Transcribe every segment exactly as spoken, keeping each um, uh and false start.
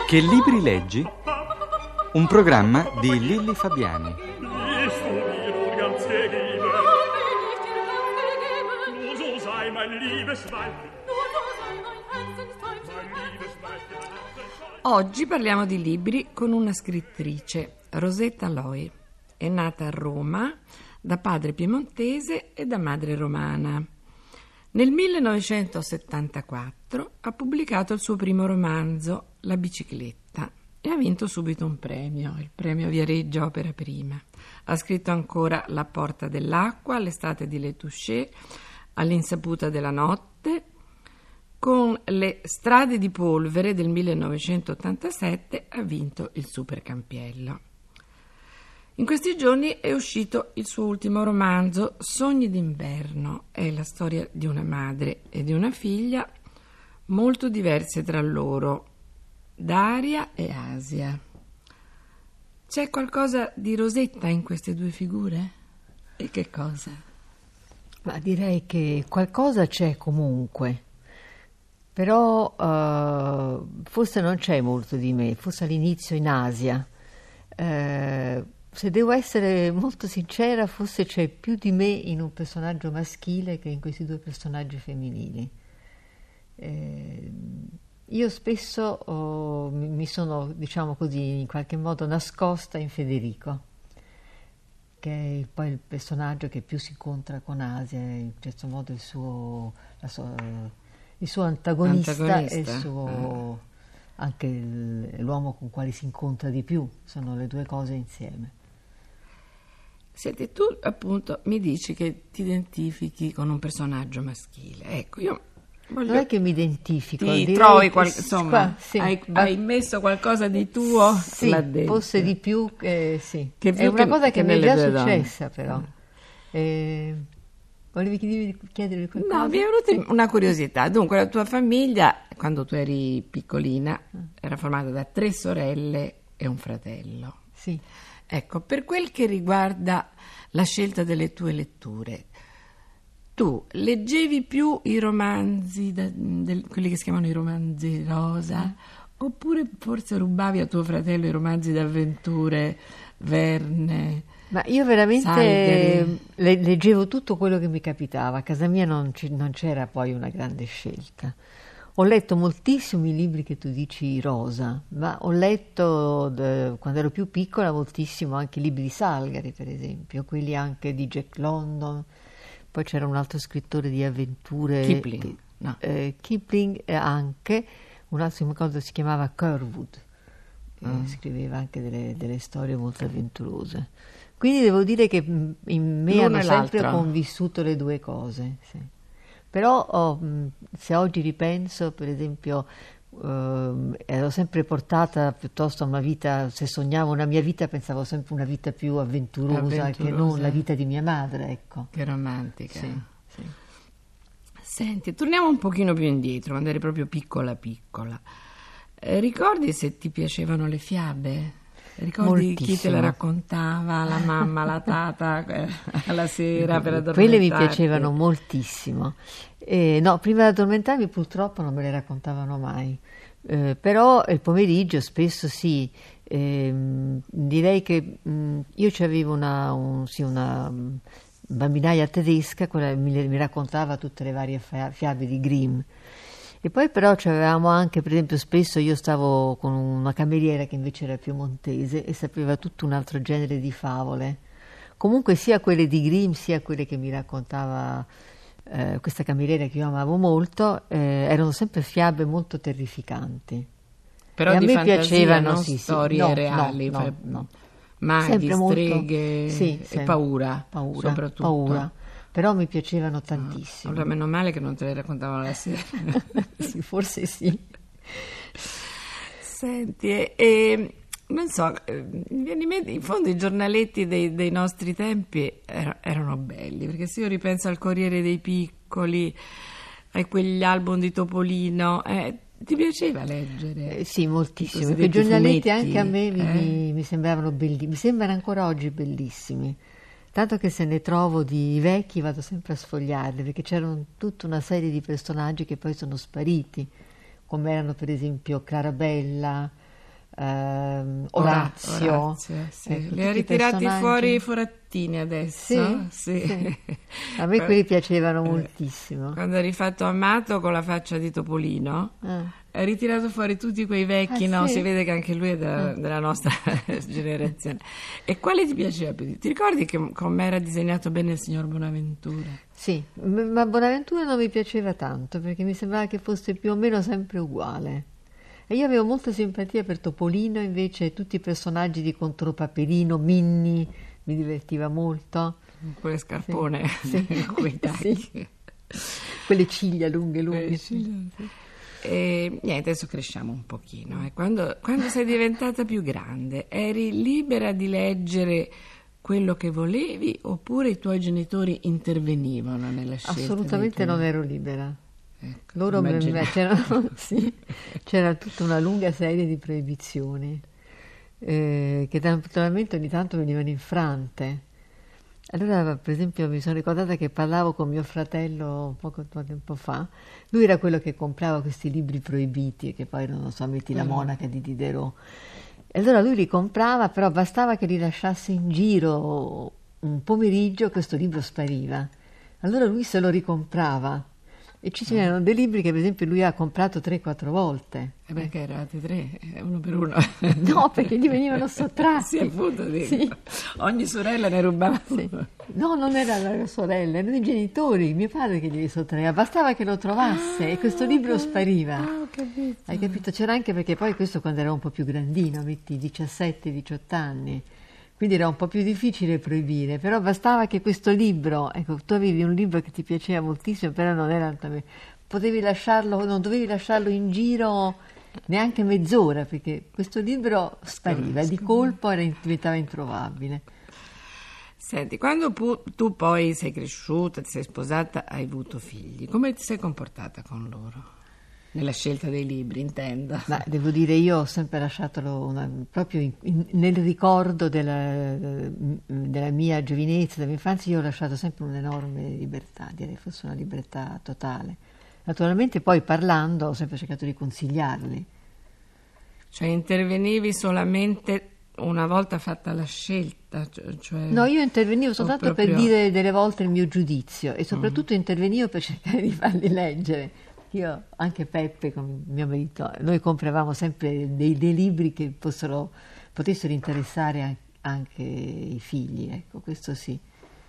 Che libri leggi? Un programma di Lilli Fabiani. Oggi parliamo di libri con una scrittrice, Rosetta Loi. È nata a Roma da padre piemontese e da madre romana. Nel millenovecentosettantaquattro ha pubblicato il suo primo romanzo, La bicicletta, e ha vinto subito un premio, il premio Viareggio Opera Prima. Ha scritto ancora La porta dell'acqua, L'estate di Letouché, All'insaputa della notte. Con Le strade di polvere del millenovecentottantasette ha vinto il Supercampiello. In questi giorni è uscito il suo ultimo romanzo, Sogni d'inverno. È la storia di una madre e di una figlia molto diverse tra loro, Daria e Asia. C'è qualcosa di Rosetta in queste due figure? E che cosa? Ma direi che qualcosa c'è comunque, però uh, forse non c'è molto di me, forse all'inizio in Asia. Uh, Se devo essere molto sincera, forse c'è più di me in un personaggio maschile che in questi due personaggi femminili. Eh, io spesso oh, mi sono, diciamo così, in qualche modo nascosta in Federico, che è poi il personaggio che più si incontra con Asia, in certo modo il suo, la sua, il suo antagonista, antagonista. E il suo, ah. anche il, l'uomo con quale si incontra di più, sono le due cose insieme. Senti, tu appunto mi dici che ti identifichi con un personaggio maschile. Ecco, io voglio... Non è che mi identifico. Ti trovi, qual... insomma, qua, sì, hai, ma... hai messo qualcosa di tuo sì, là dentro. Forse di più, eh, sì. Che è una che, cosa che, che mi è già successa, donne. però. Eh, volevi chiedere qualcosa? No, mi è venuta sì. una curiosità. Dunque, la tua famiglia, quando tu eri piccolina, era formata da tre sorelle e un fratello. Sì. Ecco, per quel che riguarda la scelta delle tue letture, tu leggevi più i romanzi, da, del, quelli che si chiamano i romanzi rosa, mm. oppure forse rubavi a tuo fratello i romanzi d'avventure, Verne? Ma io veramente le, leggevo tutto quello che mi capitava. A casa mia non, ci, non c'era poi una grande scelta. Ho letto moltissimi libri che tu dici rosa, ma ho letto, de, quando ero più piccola, moltissimo anche libri di Salgari, per esempio, quelli anche di Jack London. Poi c'era un altro scrittore di avventure, Kipling, che, no. eh, Kipling e anche un altro mi ricordo si chiamava Curwood, che mm. scriveva anche delle, delle storie molto avventurose. Quindi devo dire che in me L'uno hanno sempre l'altro. convissuto le due cose, sì. Però oh, se oggi ripenso, per esempio, eh, ero sempre portata piuttosto a una vita, se sognavo una mia vita, pensavo sempre una vita più avventurosa, avventurosa. Che non la vita di mia madre, ecco. Che romantica. Sì, sì. Senti, torniamo un pochino più indietro, quando eri proprio piccola piccola. Eh, ricordi se ti piacevano le fiabe? Ricordi Moltissimo. Chi te la raccontava, la mamma, la tata, eh, alla sera per addormentarti? Quelle mi piacevano moltissimo. Eh, no, prima di addormentarmi purtroppo non me le raccontavano mai, eh, però il pomeriggio spesso sì. Eh, direi che mh, io c'avevo una, un, sì, una bambinaia tedesca, quella mi, mi raccontava tutte le varie fiabe di Grimm. E poi però avevamo anche, per esempio, spesso io stavo con una cameriera che invece era piemontese e sapeva tutto un altro genere di favole. Comunque sia quelle di Grimm sia quelle che mi raccontava eh, questa cameriera che io amavo molto, eh, erano sempre fiabe molto terrificanti. Però e di a me fantasia, piacevano, non sì, storie sì. No, reali, no, fa... no, no. maghi, sempre streghe molto, sì, e paura, paura, soprattutto. Paura. Però mi piacevano tantissimo. Allora meno male che non te le raccontavano la sera. Sì, forse sì. Senti, e, e non so, in fondo i giornaletti dei, dei nostri tempi er, erano belli, perché se io ripenso al Corriere dei Piccoli, a quegli album di Topolino, eh, ti piaceva leggere? Eh, sì, moltissimo. Quei giornaletti fumetti, anche a me mi, eh? mi, mi sembravano bellissimi, mi sembrano ancora oggi bellissimi. Tanto che se ne trovo di vecchi vado sempre a sfogliarli, perché c'erano tutta una serie di personaggi che poi sono spariti, come erano per esempio Clarabella, ehm, Orazio. Orazio, sì. Ecco, li ha ritirati fuori i forattini adesso. Sì, sì. sì. A me quelli piacevano moltissimo. Quando ha rifatto Amato con la faccia di Topolino, Ah. ha ritirato fuori tutti quei vecchi, Ah, no? sì? Si vede che anche lui è della, della nostra generazione. E quale ti piaceva più? Ti ricordi che come era disegnato bene il signor Bonaventura? Sì, m- ma Bonaventura non mi piaceva tanto perché mi sembrava che fosse più o meno sempre uguale. E io avevo molta simpatia per Topolino, invece tutti i personaggi di Contropaperino, Minni, mi divertiva molto. Quelle scarpone, Sì, sì. quei tacchi. Sì. Quelle ciglia lunghe lunghe. Quelle ciglia, sì. E niente, adesso cresciamo un pochino. Eh. Quando, quando sei diventata più grande, eri libera di leggere quello che volevi oppure i tuoi genitori intervenivano nella scelta? Assolutamente dei tuoi... non ero libera. Ecco, Loro me, immaginavo. c'erano, sì, c'era tutta una lunga serie di proibizioni eh, che naturalmente ogni tanto venivano infrante. Allora, per esempio, mi sono ricordata che parlavo con mio fratello poco tempo fa. Lui era quello che comprava questi libri proibiti, che poi non so, metti La monaca di Diderot. E allora lui li comprava, però bastava che li lasciasse in giro un pomeriggio, questo libro spariva. Allora lui se lo ricomprava. E ci c'erano dei libri che per esempio lui ha comprato tre quattro volte. E perché eravate tre, uno per uno? No, perché gli venivano sottratti. Sì, appunto, dico. Sì. Ogni sorella ne rubava Sì. uno. No, non erano le sorelle, erano i genitori, mio padre che glieli sottraeva. Bastava che lo trovasse Ah, e questo libro ok. spariva. Ah, ho capito. Hai capito? C'era anche perché poi questo quando era un po' più grandino, metti diciassette diciotto anni, quindi era un po' più difficile proibire, però bastava che questo libro, ecco, tu avevi un libro che ti piaceva moltissimo, però non era potevi lasciarlo, non dovevi lasciarlo in giro neanche mezz'ora, perché questo libro spariva e di colpo era, diventava introvabile. Senti, quando pu- tu poi sei cresciuta, ti sei sposata, hai avuto figli, come ti sei comportata con loro? Nella scelta dei libri, intendo. Ma devo dire, io ho sempre lasciato una, proprio in, in, nel ricordo della, della mia giovinezza, della mia infanzia, io ho lasciato sempre un'enorme libertà, direi fosse una libertà totale. Naturalmente poi parlando ho sempre cercato di consigliarli. Cioè intervenivi solamente una volta fatta la scelta? Cioè, no, io intervenivo soltanto proprio... per dire delle volte il mio giudizio e soprattutto mm. intervenivo per cercare di farli leggere. Io, anche Peppe, con mio marito, noi compravamo sempre dei, dei libri che fossero, potessero interessare anche i figli, ecco, questo sì.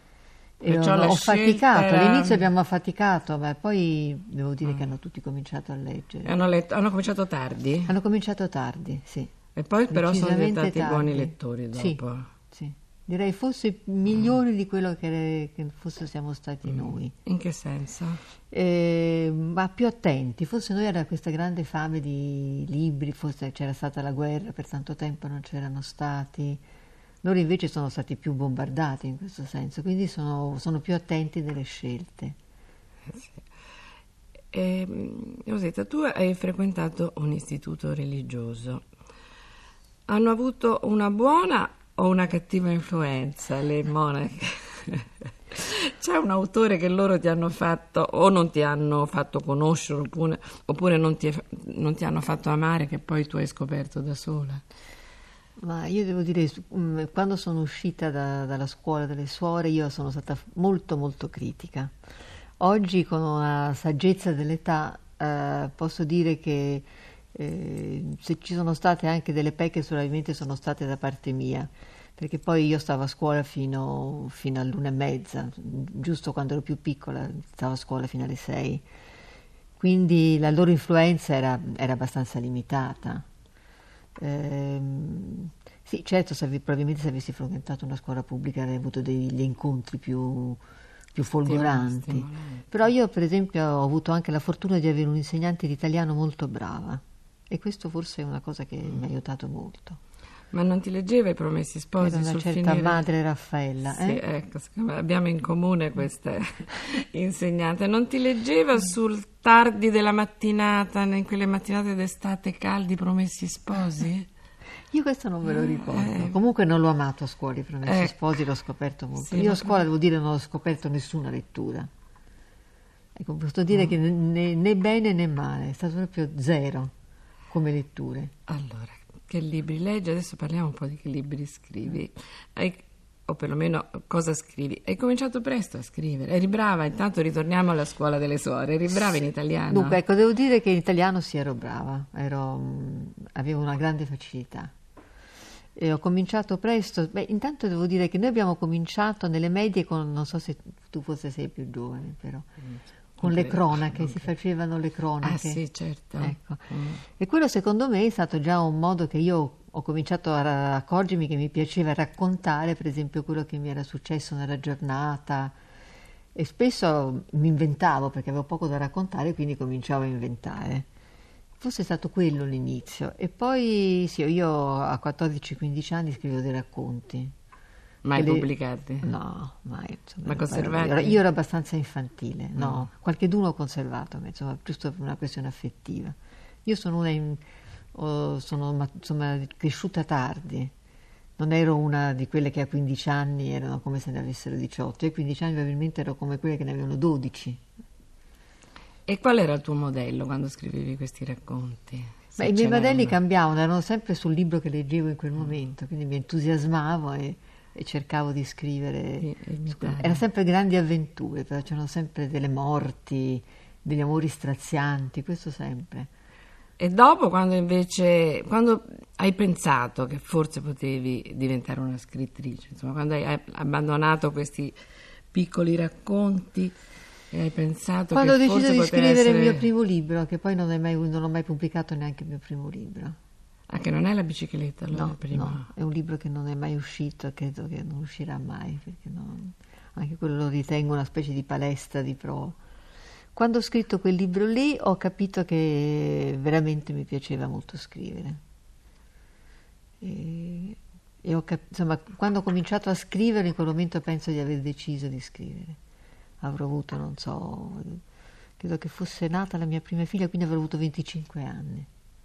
E ho, ho faticato, era... all'inizio abbiamo affaticato, ma poi devo dire mm. che hanno tutti cominciato a leggere. Hanno, letto, hanno cominciato tardi? Hanno cominciato tardi, sì. E poi però sono diventati tardi. buoni lettori dopo. Sì, sì. Direi forse migliori mm. di quello che, che forse siamo stati mm. noi. In che senso? Eh, ma più attenti, forse noi era questa grande fame di libri, forse c'era stata la guerra, per tanto tempo non c'erano stati, loro invece sono stati più bombardati in questo senso, quindi sono, sono più attenti nelle scelte. Sì. E, Rosetta, tu hai frequentato un istituto religioso, hanno avuto una buona o una cattiva influenza le monache? C'è un autore che loro ti hanno fatto o non ti hanno fatto conoscere oppure, oppure non, ti, non ti hanno fatto amare che poi tu hai scoperto da sola? Ma io devo dire, quando sono uscita da, dalla scuola delle suore io sono stata molto molto critica. Oggi con una saggezza dell'età eh, posso dire che eh, se ci sono state anche delle pecche probabilmente sono state da parte mia, perché poi io stavo a scuola fino, fino all'una e mezza, giusto quando ero più piccola, stavo a scuola fino alle sei, quindi la loro influenza era, era abbastanza limitata. Ehm, sì, certo, se, probabilmente se avessi frequentato una scuola pubblica avrei avuto degli incontri più, più folgoranti, Stimolanti. Però io per esempio ho avuto anche la fortuna di avere un insegnante di italiano molto brava e questo forse è una cosa che mm. mi ha aiutato molto. Ma non ti leggeva I Promessi Sposi? Era una sul certa finire... madre Raffaella. Sì, eh? ecco, abbiamo in comune questa insegnante. Non ti leggeva sul tardi della mattinata, in quelle mattinate d'estate caldi, Promessi Sposi? Io questo non me lo ricordo. Eh, Comunque non l'ho amato a scuola, I Promessi ecco. Sposi, l'ho scoperto molto. Sì, Io a scuola, devo dire, non ho scoperto nessuna lettura. Ecco, posso dire mm. che né, né bene né male, è stato proprio zero come letture. Allora, Che libri leggi? Adesso parliamo un po' di che libri scrivi. Hai, o perlomeno cosa scrivi. Hai cominciato presto a scrivere. Eri brava, intanto ritorniamo alla scuola delle suore. Eri brava in italiano? Dunque, ecco, devo dire che in italiano sì ero brava, ero, avevo una grande facilità. E ho cominciato presto. Beh, intanto devo dire che noi abbiamo cominciato nelle medie con, non so se tu forse sei più giovane, però, con le cronache, si facevano le cronache. Ah sì, certo. Ecco. Mm. E quello secondo me è stato già un modo che io ho cominciato a accorgermi che mi piaceva raccontare, per esempio, quello che mi era successo nella giornata, e spesso mi inventavo perché avevo poco da raccontare, quindi cominciavo a inventare. Forse è stato quello l'inizio. E poi sì, io a quattordici quindici anni scrivevo dei racconti. Mai le... pubblicati? No, mai. Insomma, ma conservati? Io, io ero abbastanza infantile, no. no. Qualcheduno ho conservato, insomma, giusto per una questione affettiva. Io sono una... In... Oh, sono insomma, cresciuta tardi. Non ero una di quelle che a quindici anni erano come se ne avessero diciotto. Io a quindici anni probabilmente ero come quelle che ne avevano dodici. E qual era il tuo modello quando scrivevi questi racconti? Beh, i miei modelli cambiavano, erano sempre sul libro che leggevo in quel momento, quindi mi entusiasmavo e, e cercavo di scrivere. Di Erano sempre grandi avventure, però c'erano sempre delle morti, degli amori strazianti, questo sempre. E dopo, quando invece, quando hai pensato che forse potevi diventare una scrittrice, insomma, quando hai abbandonato questi piccoli racconti e hai pensato quando che ho deciso forse di poteva scrivere essere... il mio primo libro, che poi non, è mai, non ho mai pubblicato neanche il mio primo libro. Ah, che non è La bicicletta, allora, No, prima. no, è un libro che non è mai uscito, credo che non uscirà mai, perché non, anche quello lo ritengo una specie di palestra di prova. Quando ho scritto quel libro lì ho capito che veramente mi piaceva molto scrivere. E, e ho cap- insomma, quando ho cominciato a scrivere, in quel momento penso di aver deciso di scrivere. Avrò avuto, non so, credo che fosse nata la mia prima figlia, quindi avrò avuto venticinque anni.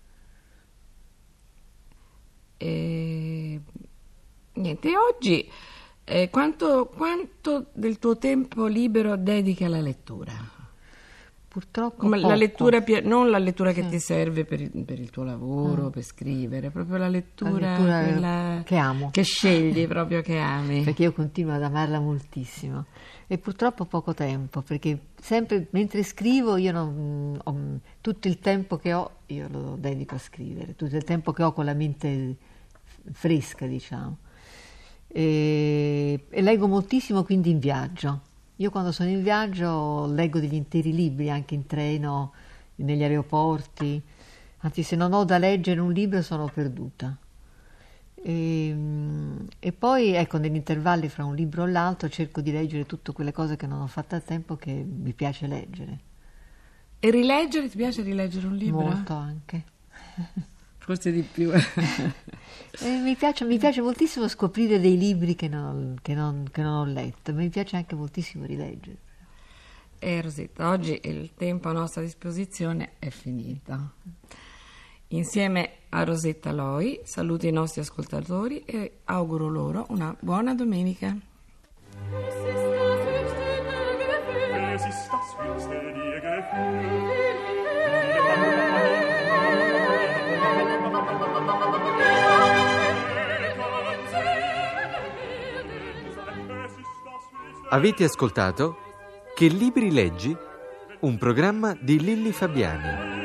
E niente, oggi eh, quanto, quanto del tuo tempo libero dedichi alla lettura? Purtroppo Come poco. la lettura, non la lettura che sì. ti serve per il, per il tuo lavoro, mm. per scrivere, proprio la lettura, la lettura quella che amo, che scegli proprio, che ami. Perché io continuo ad amarla moltissimo e purtroppo poco tempo, perché sempre mentre scrivo io non ho, tutto il tempo che ho io lo dedico a scrivere, tutto il tempo che ho con la mente fresca, diciamo, e, e leggo moltissimo, quindi in viaggio. Io quando sono in viaggio leggo degli interi libri, anche in treno, negli aeroporti, anzi se non ho da leggere un libro sono perduta. E, e poi ecco, negli intervalli fra un libro e l'altro cerco di leggere tutte quelle cose che non ho fatto a tempo, che mi piace leggere. E rileggere, ti piace rileggere un libro? Molto anche. Forse di più. E mi, piace, mi piace moltissimo scoprire dei libri che non, che, non, che non ho letto, mi piace anche moltissimo rileggere. E Rosetta, oggi il tempo a nostra disposizione è finito. Insieme a Rosetta Loi saluto i nostri ascoltatori e auguro loro una buona domenica. Avete ascoltato Che libri leggi? Un programma di Lilli Fabiani.